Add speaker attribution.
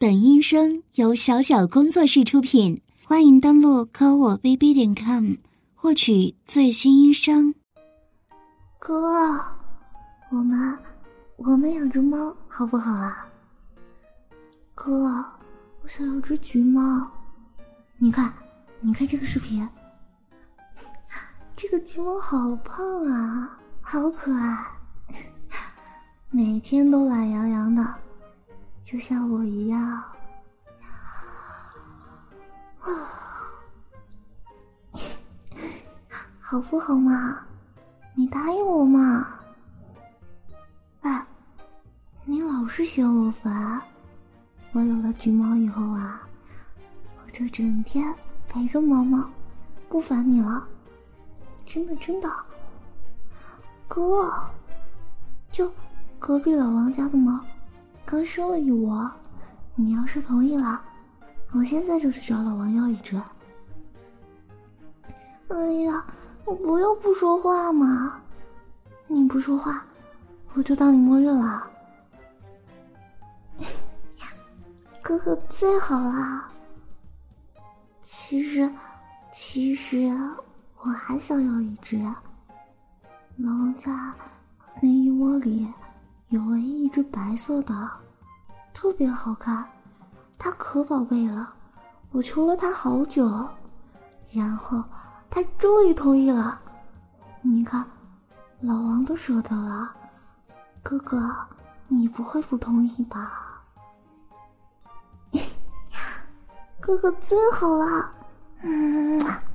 Speaker 1: 本音声由小小工作室出品，欢迎登录科我 bb.com 获取最新音声。
Speaker 2: 哥，我们养只猫好不好啊？哥，我想要只橘猫。你看这个视频，这个橘猫好胖啊，好可爱，每天都懒洋洋的，就像我一样。好不好嘛？你答应我嘛？哎，你老是嫌我烦。我有了橘猫以后啊，我就整天陪着毛毛，不烦你了。真的。哥，就隔壁老王家的猫刚生了一窝，你要是同意了，我现在就去找老王要一只。哎呀，我不要不说话嘛，你不说话我就当你默认了。哥哥最好啦。其实我还想要一只。老王家那一窝里有唯一一只白色的，特别好看，它可宝贝了，我求了它好久，然后他终于同意了。你看，老王都舍得了，哥哥，你不会不同意吧？哥哥最好了，